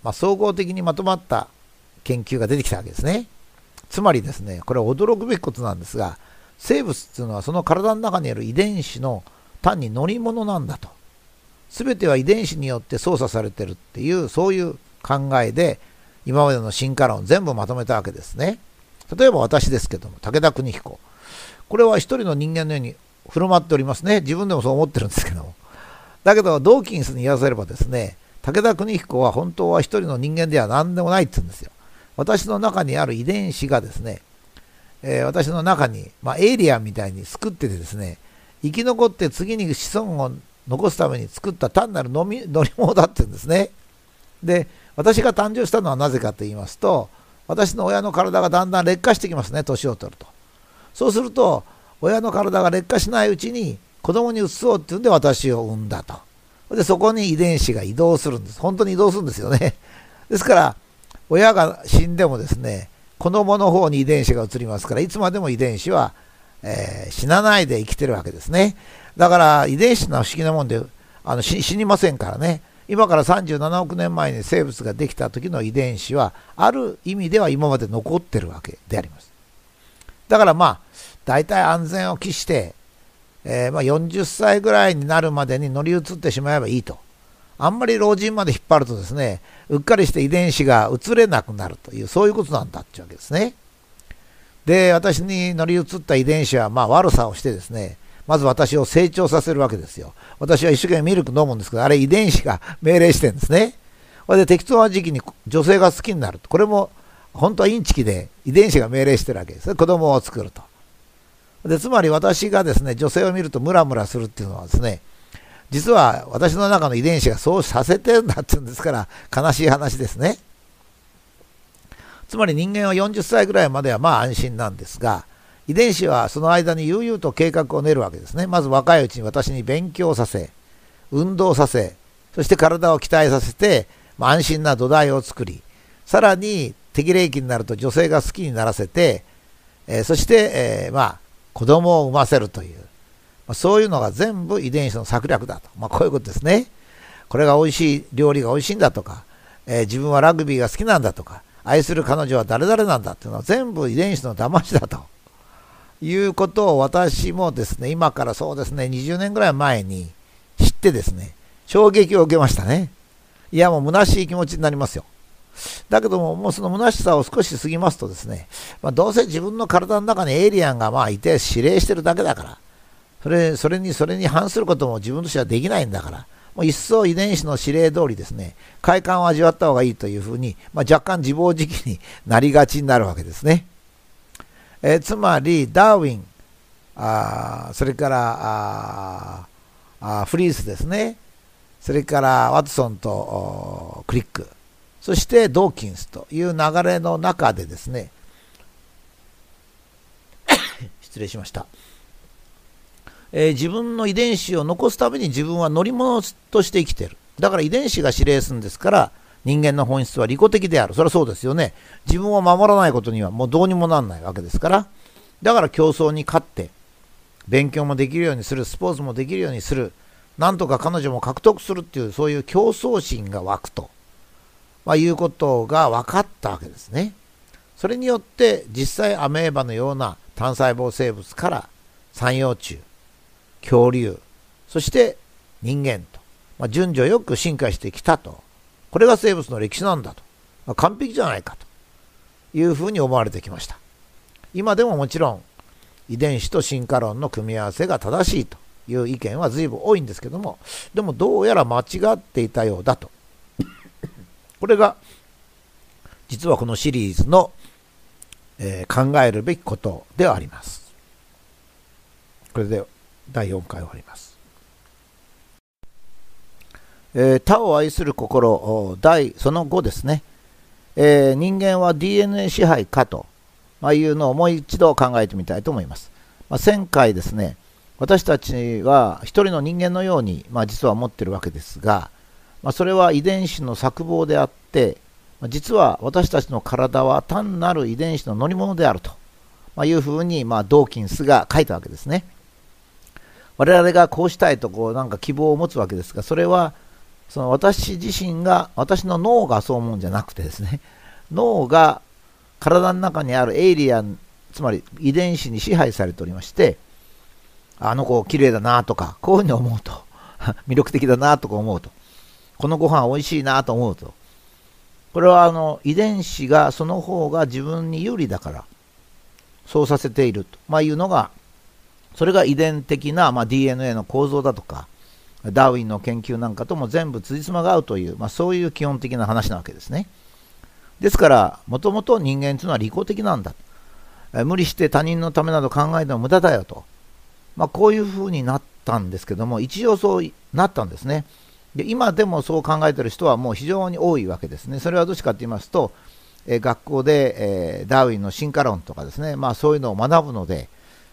総合的にまとまった研究が出てきたわけですね。つまりですね、これは驚くべきことなんですが、生物というのはその体の中にある遺伝子の単に乗り物なんだと。全ては遺伝子によって操作されているっていう、そういう考えで今までの進化論を全部まとめたわけですね。例えば私ですけども、武田邦彦。これは一人の人間のように振る舞っておりますね。自分でもそう思ってるんですけども。だけど、ドーキンスに言わせればですね、武田邦彦は本当は一人の人間では何でもないって言うんですよ。私の中にある遺伝子がですね、私の中に、エイリアンみたいに作っててですね、生き残って次に子孫を残すために作った単なる乗り物だって言うんですね。で、私が誕生したのはなぜかと言いますと、私の親の体がだんだん劣化してきますね、年を取ると。そうすると、親の体が劣化しないうちに子供に移そうっていうんで私を産んだと。で、そこに遺伝子が移動するんです。本当に移動するんですよね。ですから、親が死んでもですね、子供の方に遺伝子が移りますから、いつまでも遺伝子は、死なないで生きてるわけですね。だから遺伝子の不思議なもんで死にませんからね。今から37億年前に生物ができた時の遺伝子はある意味では今まで残ってるわけであります。だから大体安全を期して、40歳ぐらいになるまでに乗り移ってしまえばいいと。あんまり老人まで引っ張るとですね、うっかりして遺伝子が移れなくなるという、そういうことなんだってわけですね。で、私に乗り移った遺伝子は悪さをしてですね、まず私を成長させるわけですよ。私は一生懸命ミルク飲むんですけど、あれ遺伝子が命令してるんですね。それで適当な時期に女性が好きになると。これも本当はインチキで遺伝子が命令してるわけです。子供を作ると。で、つまり私がですね、女性を見るとムラムラするっていうのはですね、実は私の中の遺伝子がそうさせてるんだっていうんですから、悲しい話ですね。つまり人間は40歳ぐらいまでは安心なんですが、遺伝子はその間に悠々と計画を練るわけですね。まず若いうちに私に勉強させ、運動させ、そして体を鍛えさせて、安心な土台を作り、さらに適齢期になると女性が好きにならせて、そして、子供を産ませるという、そういうのが全部遺伝子の策略だと。こういうことですね。これが美味しい、料理が美味しいんだとか、自分はラグビーが好きなんだとか、愛する彼女は誰々なんだっていうのは全部遺伝子の騙しだということを私もですね、今からそうですね、20年ぐらい前に知ってですね、衝撃を受けましたね。いや、もう虚しい気持ちになりますよ。だけども、その虚しさを少し過ぎますとですね、どうせ自分の体の中にエイリアンがいて指令してるだけだから、それに反することも自分としてはできないんだから、もう一層遺伝子の指令通りですね、快感を味わった方がいいというふうに、若干自暴自棄になりがちになるわけですね。つまりダーウィン、それからフリースですね、それからワトソンとクリック、そしてドーキンスという流れの中でですね失礼しました。自分の遺伝子を残すために自分は乗り物として生きている。だから遺伝子が指令するんですから、人間の本質は利己的である。それはそうですよね。自分を守らないことにはもうどうにもなんないわけですから。だから競争に勝って、勉強もできるようにする、スポーツもできるようにする、なんとか彼女も獲得するっていう、そういう競争心が湧くと、いうことが分かったわけですね。それによって実際アメーバのような単細胞生物から三葉虫、恐竜、そして人間と、順序よく進化してきたと。これが生物の歴史なんだと完璧じゃないかというふうに思われてきました。今でももちろん遺伝子と進化論の組み合わせが正しいという意見は随分多いんですけども、でもどうやら間違っていたようだと。これが実はこのシリーズの、考えるべきことではあります。これで第4回終わります。他を愛する心その5ですね。人間は DNA 支配かというのをもう一度考えてみたいと思います。前回ですね、私たちは一人の人間のように、実は思っているわけですが、それは遺伝子の錯綜であって、実は私たちの体は単なる遺伝子の乗り物であるというふうに、ドーキンスが書いたわけですね。我々がこうしたいとなんか希望を持つわけですが、それはその私自身が、私の脳がそう思うんじゃなくてですね、脳が体の中にあるエイリアン、つまり遺伝子に支配されておりまして、あの子綺麗だなとか、こういうふうに思うと魅力的だなとか思うと、このご飯美味しいなと思うと、これは遺伝子がその方が自分に有利だからそうさせていると、いうのが、それが遺伝的な、DNA の構造だとか、ダーウィンの研究なんかとも全部辻褄が合うという、そういう基本的な話なわけですね。ですからもともと人間というのは利己的なんだ、無理して他人のためなど考えても無駄だよと、こういうふうになったんですけども、一応そうなったんですね。で今でもそう考えている人はもう非常に多いわけですね。それはどっちかと言いますと、学校で、ダーウィンの進化論とかですね、そういうのを学ぶので、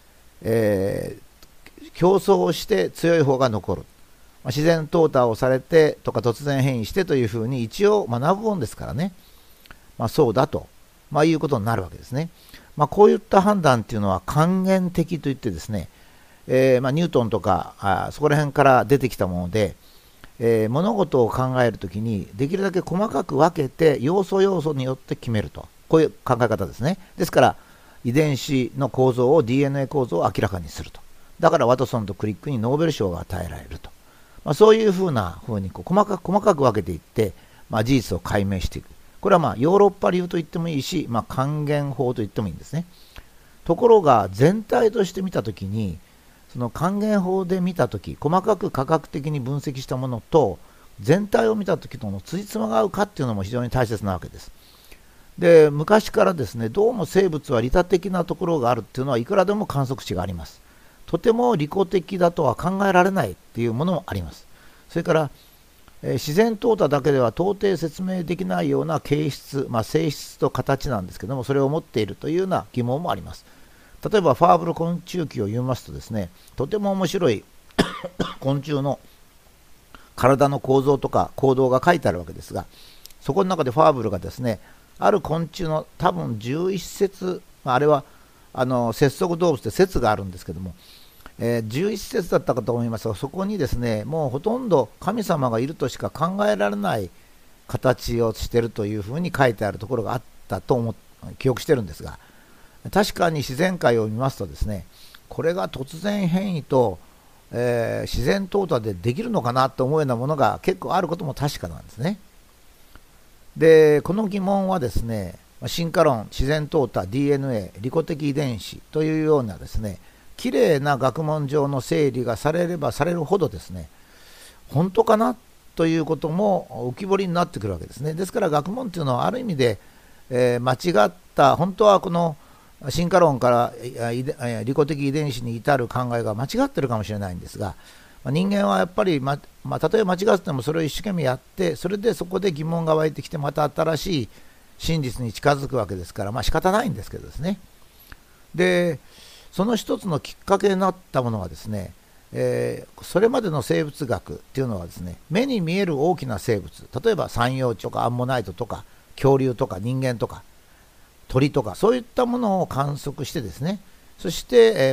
競争をして強い方が残る、自然淘汰をされてとか突然変異してというふうに一応学ぶもんですからね、そうだと、いうことになるわけですね。こういった判断っていうのは還元的といってですね、ニュートンとかそこら辺から出てきたもので、物事を考えるときにできるだけ細かく分けて要素要素によって決めると、こういう考え方ですね。ですから遺伝子の構造を DNA 構造を明らかにすると。だからワトソンとクリックにノーベル賞が与えられると、そういうふうに細かく分けていって、事実を解明していく。これはヨーロッパ流と言ってもいいし、還元法と言ってもいいんですね。ところが全体として見たときに、その還元法で見たとき、細かく科学的に分析したものと全体を見たときとの辻褄が合うかっていうのも非常に大切なわけです。で、昔からですね、どうも生物は利他的なところがあるっていうのはいくらでも観測値があります。とても利己的だとは考えられないっていうものもあります。それから自然淘汰だけでは到底説明できないような形質、性質と形なんですけども、それを持っているというような疑問もあります。例えばファーブル昆虫記を読みますとですね、とても面白い昆虫の体の構造とか行動が書いてあるわけですが、そこの中でファーブルがですね、ある昆虫の多分11節、あれは節足動物で節があるんですけども、11節だったかと思いますが、そこにですね、もうほとんど神様がいるとしか考えられない形をしているというふうに書いてあるところがあったと記憶してるんですが、確かに自然界を見ますとですね、これが突然変異と、自然淘汰でできるのかなと思うようなものが結構あることも確かなんですね。で、この疑問はですね、進化論、自然淘汰、DNA、利己的遺伝子というようなですね、きれいな学問上の整理がされればされるほどですね、本当かなということも浮き彫りになってくるわけですね。ですから学問というのはある意味で、間違った、本当はこの進化論から利己的遺伝子に至る考えが間違ってるかもしれないんですが、人間はやっぱり、たとえ間違っててもそれを一生懸命やって、それでそこで疑問が湧いてきて、また新しい真実に近づくわけですから、仕方ないんですけどですね。で、その一つのきっかけになったものはですね、それまでの生物学っていうのはですね、目に見える大きな生物、例えば三葉虫とかアンモナイトとか恐竜とか人間とか鳥とか、そういったものを観測してですね、そして、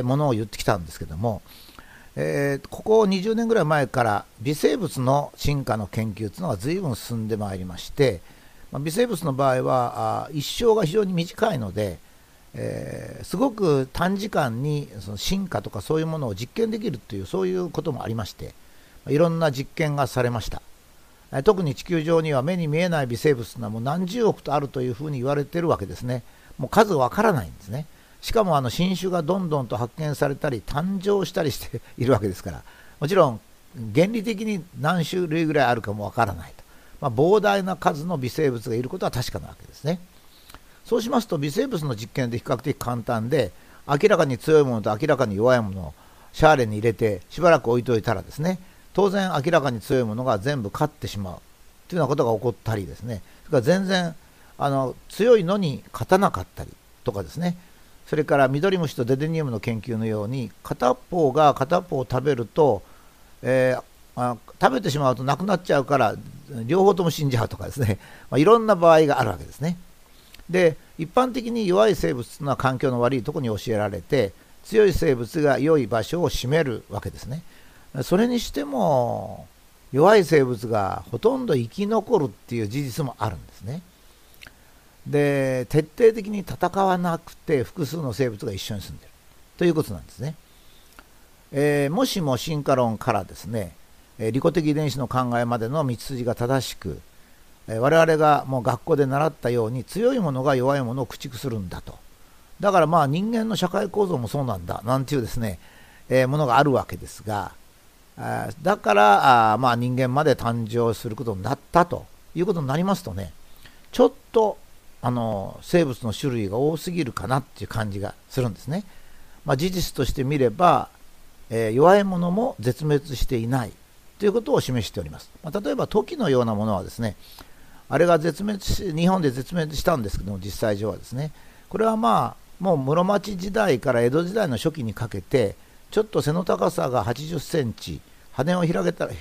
ものを言ってきたんですけども、ここ20年ぐらい前から微生物の進化の研究というのが随分進んでまいりまして、微生物の場合は一生が非常に短いので、すごく短時間にその進化とかそういうものを実験できるという、そういうこともありまして、いろんな実験がされました。 特に地球上には目に見えない微生物がもう何十億とあるというふうに言われているわけですね。もう数わからないんですね。しかも新種がどんどんと発見されたり誕生したりしているわけですから、もちろん原理的に何種類ぐらいあるかもわからないと、膨大な数の微生物がいることは確かなわけですね。そうしますと微生物の実験で比較的簡単で、明らかに強いものと明らかに弱いものをシャーレに入れてしばらく置いといたらですね、当然明らかに強いものが全部勝ってしまうというようなことが起こったりですね、それから全然強いのに勝たなかったりとかですね、それからミドリムシとデデニウムの研究のように片方が片方を食べると、食べてしまうとなくなっちゃうから両方とも死んじゃうとかですね、いろんな場合があるわけですね。で、一般的に弱い生物というのは環境の悪いところに教えられて、強い生物が良い場所を占めるわけですね。それにしても弱い生物がほとんど生き残るっていう事実もあるんですね。で、徹底的に戦わなくて複数の生物が一緒に住んでいるということなんですね。もしも進化論からですね、利己的遺伝子の考えまでの道筋が正しく、我々がもう学校で習ったように強いものが弱いものを駆逐するんだと。だから人間の社会構造もそうなんだなんていうですね、ものがあるわけですが、だから人間まで誕生することになったということになりますとね、ちょっと生物の種類が多すぎるかなっていう感じがするんですね。事実として見れば、弱いものも絶滅していないということを示しております。例えばトキのようなものはですね、あれが日本で絶滅したんですけども、実際上はですね、これはもう室町時代から江戸時代の初期にかけて、ちょっと背の高さが80センチ、羽を広げたら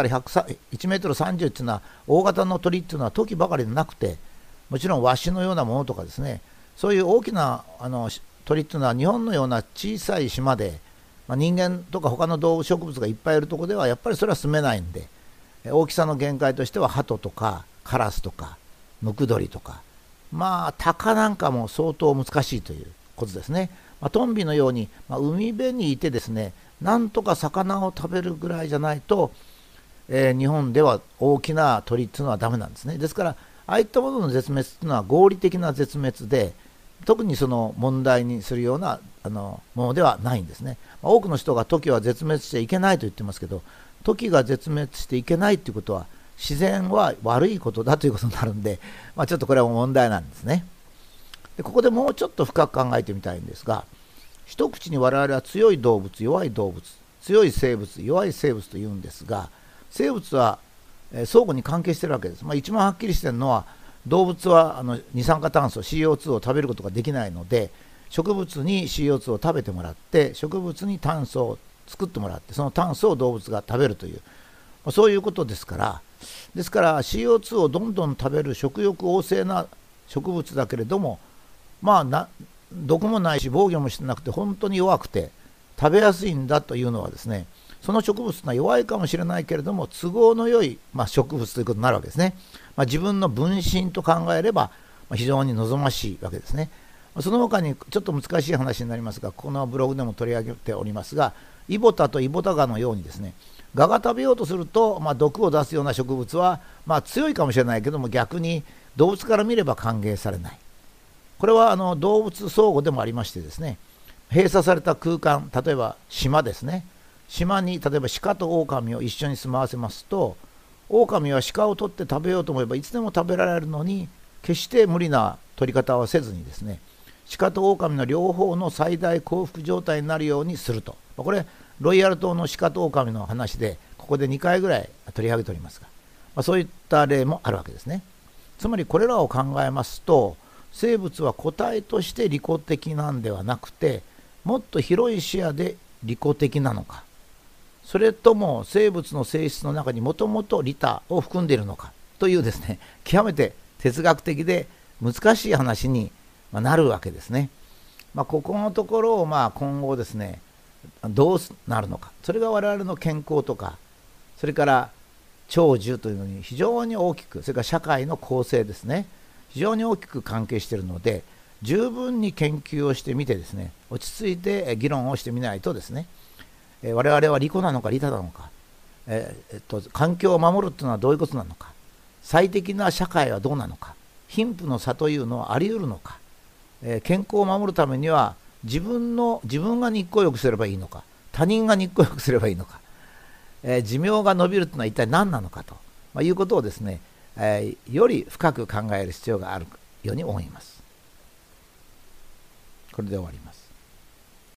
1メートル30というのは大型の鳥っていうのはトキばかりでなくて、もちろんワシのようなものとかですね、そういう大きな鳥っていうのは日本のような小さい島で、人間とか他の動物植物がいっぱいいるところではやっぱりそれは住めないんで、大きさの限界としては鳩とかカラスとかムクドリとか、タカなんかも相当難しいということですね。トンビのように、海辺にいてですね、なんとか魚を食べるぐらいじゃないと、日本では大きな鳥っていうのはダメなんですね。ですからああいったものの絶滅っていうのは合理的な絶滅で、特にその問題にするようなものではないんですね。多くの人がトキは絶滅していけないと言ってますけど、トキが絶滅していけないということは自然は悪いことだということになるんで、ちょっとこれは問題なんですね。で、ここでもうちょっと深く考えてみたいんですが、一口に我々は強い動物、弱い動物、強い生物、弱い生物と言うんですが、生物は相互に関係しているわけです。一番はっきりしているのは、動物は二酸化炭素 CO2 を食べることができないので、植物に CO2 を食べてもらって、植物に炭素を作ってもらって、その炭素を動物が食べるという、そういうことですから、CO2 をどんどん食べる食欲旺盛な植物だけれども、毒もないし防御もしてなくて本当に弱くて食べやすいんだというのはですね、その植物が弱いかもしれないけれども都合の良い、植物ということになるわけですね。自分の分身と考えれば非常に望ましいわけですね。その他にちょっと難しい話になりますが、このブログでも取り上げておりますが、イボタとイボタガのようにですね、ガが食べようとすると、毒を出すような植物は、強いかもしれないけども、逆に動物から見れば歓迎されない。これは動物相互でもありましてですね、閉鎖された空間、例えば島ですね、島に例えば鹿と狼を一緒に住まわせますと、狼は鹿を取って食べようと思えばいつでも食べられるのに、決して無理な取り方をせずにですね、鹿と狼の両方の最大幸福状態になるようにすると。これロイヤル島の鹿と狼の話でここで2回ぐらい取り上げておりますが、そういった例もあるわけですね。つまりこれらを考えますと、生物は個体として利己的なんではなくて、もっと広い視野で利己的なのか、それとも生物の性質の中にもともと利他を含んでいるのかというですね、極めて哲学的で難しい話になるわけですね。ここのところを今後ですね、どうなるのか、それが我々の健康とか、それから長寿というのに非常に大きく、それから社会の構成ですね、非常に大きく関係しているので、十分に研究をしてみてですね、落ち着いて議論をしてみないとですね、我々は利己なのか利他なのか、 環境を守るというのはどういうことなのか、最適な社会はどうなのか、貧富の差というのはあり得るのか、健康を守るためには自分が日光浴すればいいのか、他人が日光浴すればいいのか、寿命が延びるというのは一体何なのかと、いうことをですね、より深く考える必要があるように思います。これで終わります。